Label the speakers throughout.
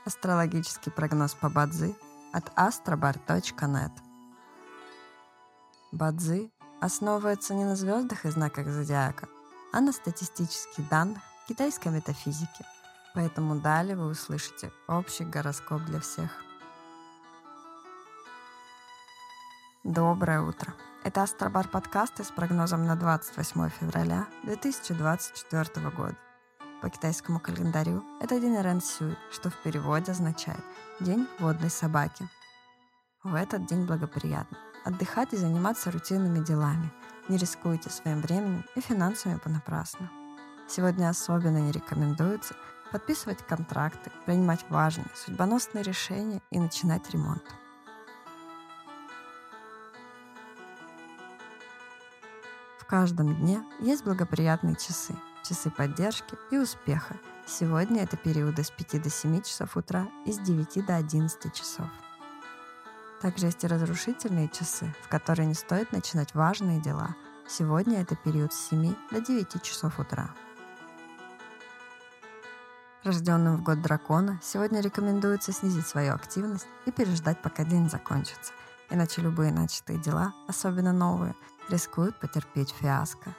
Speaker 1: Астрологический прогноз по Бадзи от astrobar.net. Бадзи основывается не на звездах и знаках зодиака, а на статистических данных китайской метафизики. Поэтому далее вы услышите общий гороскоп для всех. Доброе утро! Это Астробар подкасты с прогнозом на 28 февраля 2024 года. По китайскому календарю это день Рэн Сюй, что в переводе означает «день водной собаки». В этот день благоприятно отдыхать и заниматься рутинными делами. Не рискуйте своим временем и финансами понапрасну. Сегодня особенно не рекомендуется подписывать контракты, принимать важные, судьбоносные решения и начинать ремонт. В каждом дне есть благоприятные часы поддержки и успеха. Сегодня это периоды с 5 до 7 часов утра и с 9 до 11 часов. Также есть и разрушительные часы, в которые не стоит начинать важные дела. Сегодня это период с 7 до 9 часов утра. Рожденным в год дракона сегодня рекомендуется снизить свою активность и переждать, пока день закончится. Иначе любые начатые дела, особенно новые, рискуют потерпеть фиаско.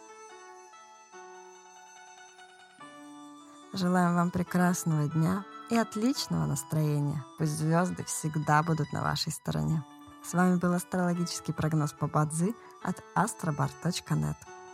Speaker 1: Желаем вам прекрасного дня и отличного настроения. Пусть звезды всегда будут на вашей стороне. С вами был астрологический прогноз по Бадзи от astrobar.net.